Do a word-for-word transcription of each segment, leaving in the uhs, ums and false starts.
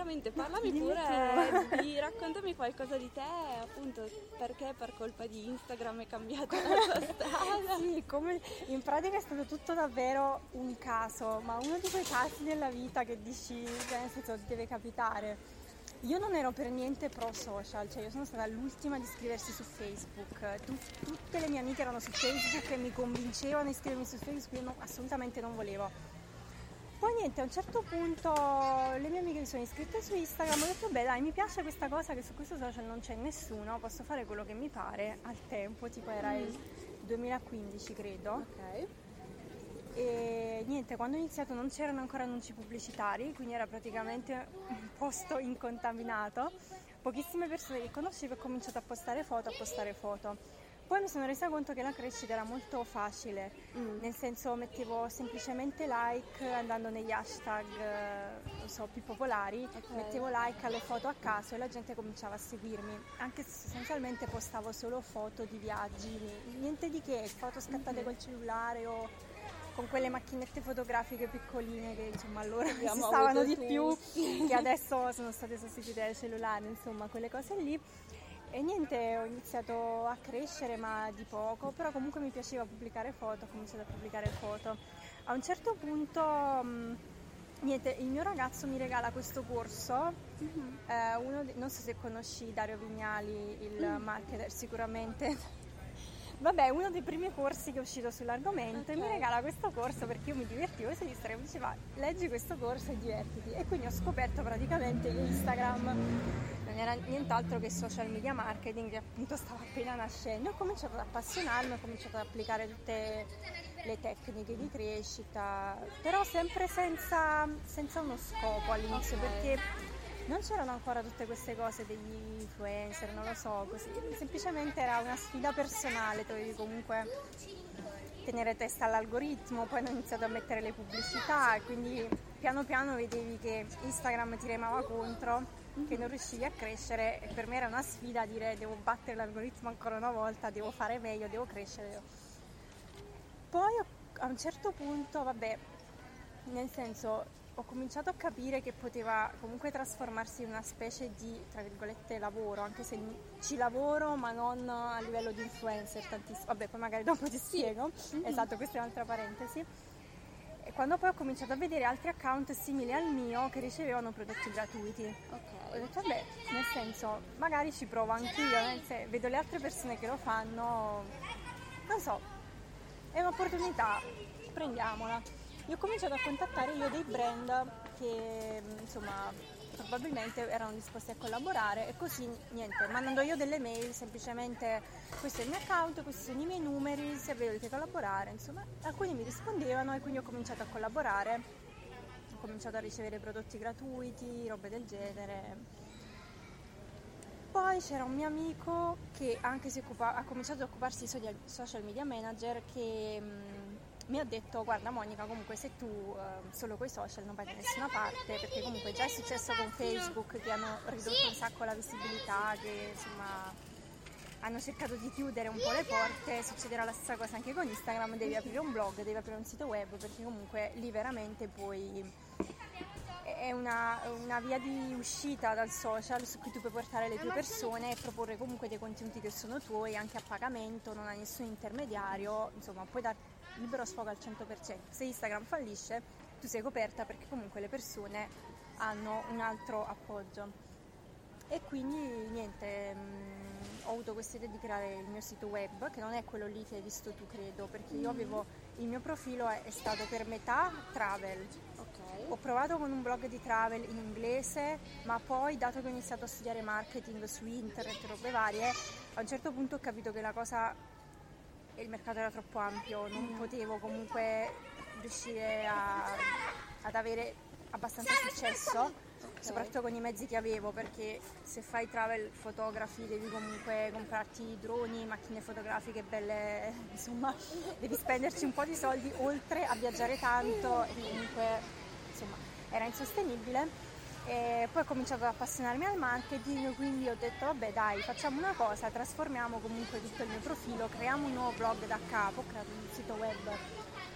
assolutamente, parlami pure, di, raccontami qualcosa di te, appunto, perché per colpa di Instagram è cambiata la tua strada. Sì, come in pratica è stato tutto davvero un caso, ma uno di quei casi nella vita che dici, cioè, nel senso, deve capitare. Io non ero per niente pro social, cioè io sono stata l'ultima ad iscriversi su Facebook, tu, tutte le mie amiche erano su Facebook e mi convincevano a iscrivermi su Facebook, io no, assolutamente non volevo. Poi niente, a un certo punto le mie amiche mi sono iscritte su Instagram, ho detto beh dai, mi piace questa cosa che su questo social non c'è nessuno, posso fare quello che mi pare al tempo, tipo era il duemilaquindici credo. Ok. E niente, quando ho iniziato non c'erano ancora annunci pubblicitari, quindi era praticamente un posto incontaminato, pochissime persone che conoscevo e ho cominciato a postare foto, a postare foto. Poi mi sono resa conto che la crescita era molto facile, mm. nel senso mettevo semplicemente like andando negli hashtag, non so, più popolari, okay. Mettevo like alle foto a caso e la gente cominciava a seguirmi, anche se sostanzialmente postavo solo foto di viaggi, niente di che, foto scattate mm-hmm. col cellulare o con quelle macchinette fotografiche piccoline che insomma allora si stavano di più, che adesso sono state sostituite dai cellulari, insomma quelle cose lì. E niente, ho iniziato a crescere ma di poco, però comunque mi piaceva pubblicare foto, ho cominciato a pubblicare foto. A un certo punto, mh, niente, il mio ragazzo mi regala questo corso, mm-hmm. eh, uno di, non so se conosci Dario Vignali, il mm. marketer sicuramente. Vabbè, uno dei primi corsi che è uscito sull'argomento, okay. E mi regala questo corso perché io mi divertivo e si distrai, mi diceva leggi questo corso e divertiti. E quindi ho scoperto praticamente che Instagram non era nient'altro che social media marketing, che appunto stava appena nascendo. Ho cominciato ad appassionarmi, ho cominciato ad applicare tutte le tecniche di crescita, però sempre senza, senza uno scopo all'inizio, okay. Perché non c'erano ancora tutte queste cose degli influencer, non lo so, così. Semplicemente era una sfida personale, dovevi comunque tenere testa all'algoritmo, poi hanno iniziato a mettere le pubblicità e quindi piano piano vedevi che Instagram ti remava contro, che non riuscivi a crescere e per me era una sfida dire devo battere l'algoritmo ancora una volta, devo fare meglio, devo crescere. Poi a un certo punto, vabbè, nel senso, ho cominciato a capire che poteva comunque trasformarsi in una specie di, tra virgolette, lavoro, anche se ci lavoro ma non a livello di influencer tantissimo. Vabbè, poi magari dopo ti spiego. Mm-hmm. Esatto, questa è un'altra parentesi. E quando poi ho cominciato a vedere altri account simili al mio che ricevevano prodotti gratuiti, okay. Ho detto vabbè, nel senso, magari ci provo anch'io, nel senso, vedo le altre persone che lo fanno, non so, è un'opportunità, prendiamola. Io ho cominciato a contattare io dei brand che insomma probabilmente erano disposti a collaborare e così niente, mandando io delle mail semplicemente questo è il mio account, questi sono i miei numeri, se volete collaborare, insomma alcuni mi rispondevano e quindi ho cominciato a collaborare, ho cominciato a ricevere prodotti gratuiti, robe del genere. Poi c'era un mio amico che anche si occupa, ha cominciato ad occuparsi di social, social media manager che mh, mi ha detto guarda Monica, comunque se tu uh, solo coi social non vai da nessuna parte, perché comunque già è successo con Facebook che hanno ridotto un sacco la visibilità, che insomma hanno cercato di chiudere un po' le porte, succederà la stessa cosa anche con Instagram, devi aprire un blog, devi aprire un sito web, perché comunque lì veramente puoi, è una, una via di uscita dal social su cui tu puoi portare le tue persone e proporre comunque dei contenuti che sono tuoi anche a pagamento, non hai nessun intermediario, insomma puoi dar libero sfogo al cento per cento. Se Instagram fallisce tu sei coperta perché comunque le persone hanno un altro appoggio. E quindi niente, mh, ho avuto questa idea di creare il mio sito web, che non è quello lì che hai visto tu credo, perché io avevo, il mio profilo è, è stato per metà travel, okay. Ho provato con un blog di travel in inglese, ma poi dato che ho iniziato a studiare marketing su internet e robe varie, a un certo punto ho capito che la cosa, il mercato era troppo ampio, non mm. potevo comunque riuscire a, ad avere abbastanza successo. Okay. Soprattutto con i mezzi che avevo, perché se fai travel fotografi devi comunque comprarti droni, macchine fotografiche belle, insomma devi spenderci un po' di soldi oltre a viaggiare tanto e comunque insomma era insostenibile. E poi ho cominciato ad appassionarmi al marketing, quindi ho detto vabbè dai, facciamo una cosa, trasformiamo comunque tutto il mio profilo, creiamo un nuovo blog da capo, ho creato un sito web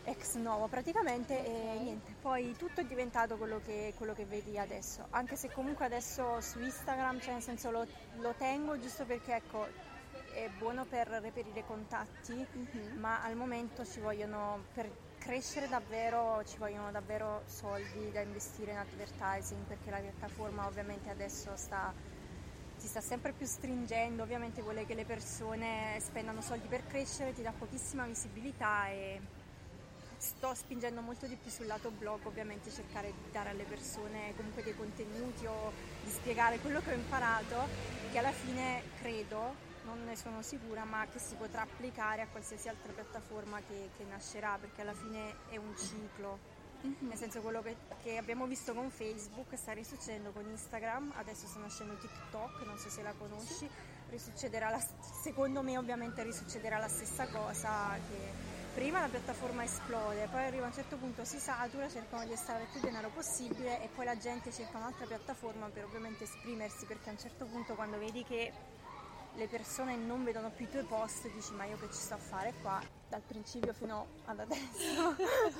ex novo praticamente, e niente, poi tutto è diventato quello che, quello che vedi adesso, anche se comunque adesso su Instagram, cioè nel senso lo, lo tengo giusto perché ecco è buono per reperire contatti, Mhm. ma al momento ci vogliono, per crescere davvero, ci vogliono davvero soldi da investire in advertising, perché la piattaforma ovviamente adesso sta, si sta sempre più stringendo, ovviamente vuole che le persone spendano soldi per crescere, ti dà pochissima visibilità e sto spingendo molto di più sul lato blog, ovviamente cercare di dare alle persone comunque dei contenuti o di spiegare quello che ho imparato, che alla fine credo, non ne sono sicura, ma che si potrà applicare a qualsiasi altra piattaforma che, che nascerà, perché alla fine è un ciclo. Mhm. Nel senso, quello che, che abbiamo visto con Facebook sta risuccedendo con Instagram, adesso sta nascendo TikTok, non so se la conosci, risuccederà la, secondo me ovviamente risuccederà la stessa cosa, che prima la piattaforma esplode, poi arriva a un certo punto, si satura, cercano di estrarre più denaro possibile e poi la gente cerca un'altra piattaforma per ovviamente esprimersi, perché a un certo punto quando vedi che le persone non vedono più i tuoi post dici ma io che ci sto a fare qua, dal principio fino ad adesso.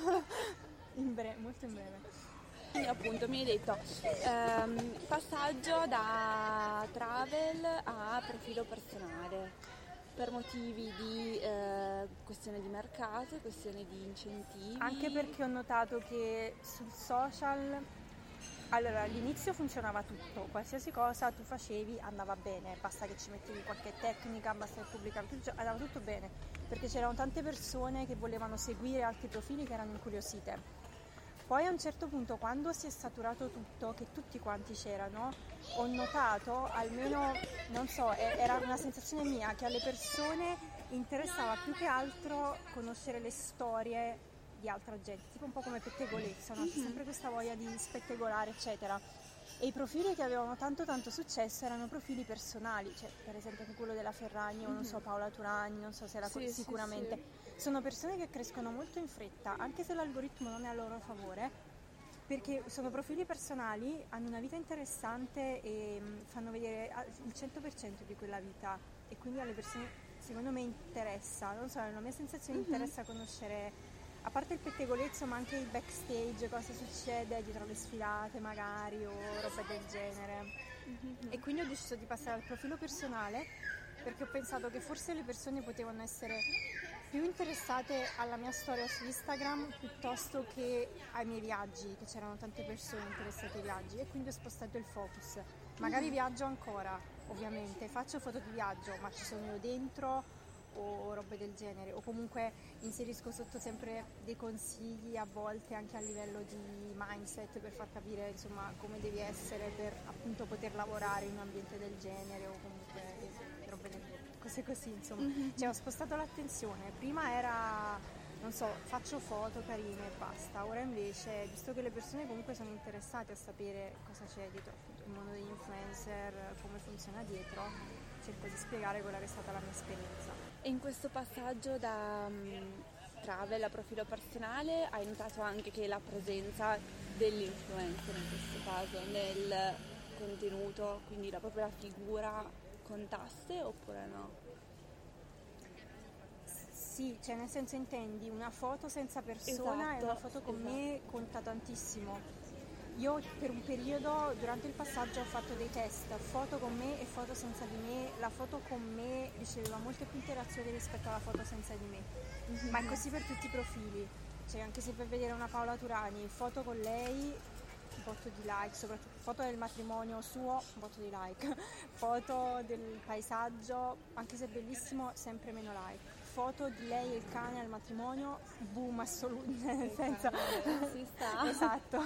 In breve, molto in breve. Quindi appunto mi hai detto ehm, passaggio da travel a profilo personale per motivi di eh, questione di mercato, questione di incentivi. Anche perché ho notato che sul social, allora all'inizio funzionava tutto, qualsiasi cosa tu facevi andava bene, basta che ci mettevi qualche tecnica, basta che pubblicavi, tutto, andava tutto bene, perché c'erano tante persone che volevano seguire altri profili che erano incuriosite. Poi a un certo punto, quando si è saturato tutto, che tutti quanti c'erano, ho notato, almeno, non so, e- era una sensazione mia, che alle persone interessava più che altro conoscere le storie di altra gente, tipo un po' come pettegolezzo, no? C'è sempre questa voglia di spettegolare, eccetera. E i profili che avevano tanto tanto successo erano profili personali, cioè per esempio anche quello della Ferragni o non so Paola Turani, non so se la Sì, conosci, sì, sicuramente. sì. Sono persone che crescono molto in fretta, anche se l'algoritmo non è a loro favore, perché sono profili personali, hanno una vita interessante e mh, fanno vedere ah, il cento per cento di quella vita e quindi alle persone secondo me interessa, non so, la mia sensazione interessa conoscere, a parte il pettegolezzo, ma anche il backstage, cosa succede dietro le sfilate magari o roba del genere. E quindi ho deciso di passare al profilo personale perché ho pensato che forse le persone potevano essere più interessate alla mia storia su Instagram piuttosto che ai miei viaggi, che c'erano tante persone interessate ai viaggi, e quindi ho spostato il focus. Magari viaggio ancora, ovviamente, faccio foto di viaggio, ma ci sono io dentro o robe del genere, o comunque inserisco sotto sempre dei consigli a volte anche a livello di mindset per far capire insomma come devi essere per appunto poter lavorare in un ambiente del genere o comunque robe del cose così insomma. Mhm. Cioè ho spostato l'attenzione, prima era non so, faccio foto carine e basta, ora invece visto che le persone comunque sono interessate a sapere cosa c'è dietro appunto il mondo degli influencer, come funziona dietro, cerco di spiegare quella che è stata la mia esperienza. E in questo passaggio da um, travel a profilo personale hai notato anche che la presenza dell'influencer in questo caso nel contenuto, quindi la propria figura, contasse oppure no? Sì, cioè nel senso intendi una foto senza persona e Esatto, una foto con esatto. me conta tantissimo. Io per un periodo durante il passaggio ho fatto dei test, foto con me e foto senza di me. La foto con me riceveva molte più interazioni rispetto alla foto senza di me, Mhm. ma è così per tutti i profili. Cioè anche se per vedere una Paola Turani, foto con lei, un botto di like, soprattutto foto del matrimonio suo, un botto di like, foto del paesaggio, anche se bellissimo, sempre meno like. Foto di lei e il cane al matrimonio, boom assoluto, nel senso... Si sta. Esatto.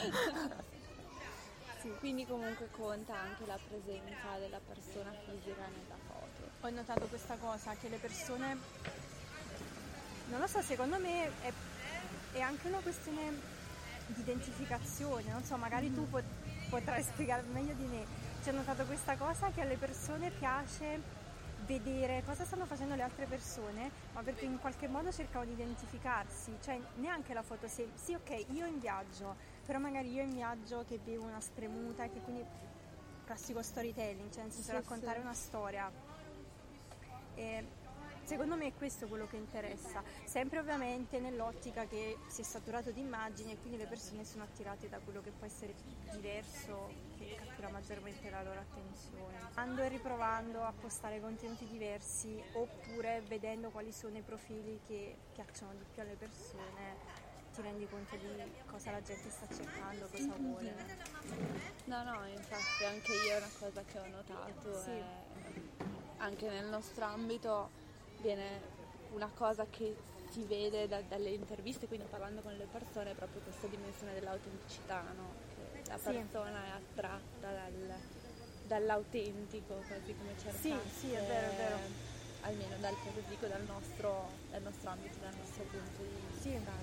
Sì. Quindi comunque conta anche la presenza della persona fisica nella foto. Ho notato questa cosa, che le persone, non lo so, secondo me è, è anche una questione di identificazione, non so, magari tu pot- potrai spiegare meglio di me. Cioè, ho notato questa cosa che alle persone piace vedere cosa stanno facendo le altre persone, ma perché in qualche modo cercano di identificarsi, cioè neanche la foto, se, sì ok, io in viaggio, però magari io in viaggio che bevo una spremuta e che quindi classico storytelling, cioè nel senso Sì, raccontare sì. una storia. E Secondo me è questo quello che interessa, sempre ovviamente nell'ottica che si è saturato di immagini e quindi le persone sono attirate da quello che può essere diverso, che cattura maggiormente la loro attenzione. Andando e riprovando a postare contenuti diversi oppure vedendo quali sono i profili che piacciono di più alle persone, ti rendi conto di cosa la gente sta cercando, cosa vuole. No, no, infatti anche io è una cosa che ho notato, Sì. è anche nel nostro ambito viene una cosa che si vede da- dalle interviste, quindi parlando con le persone, è proprio questa dimensione dell'autenticità, no? Che la Sì. persona è attratta dal- dall'autentico, quasi come cercasse, Sì, sì, è vero, è vero. almeno dal, dico, dal nostro, dal nostro ambito, dal nostro punto di vista. Sì.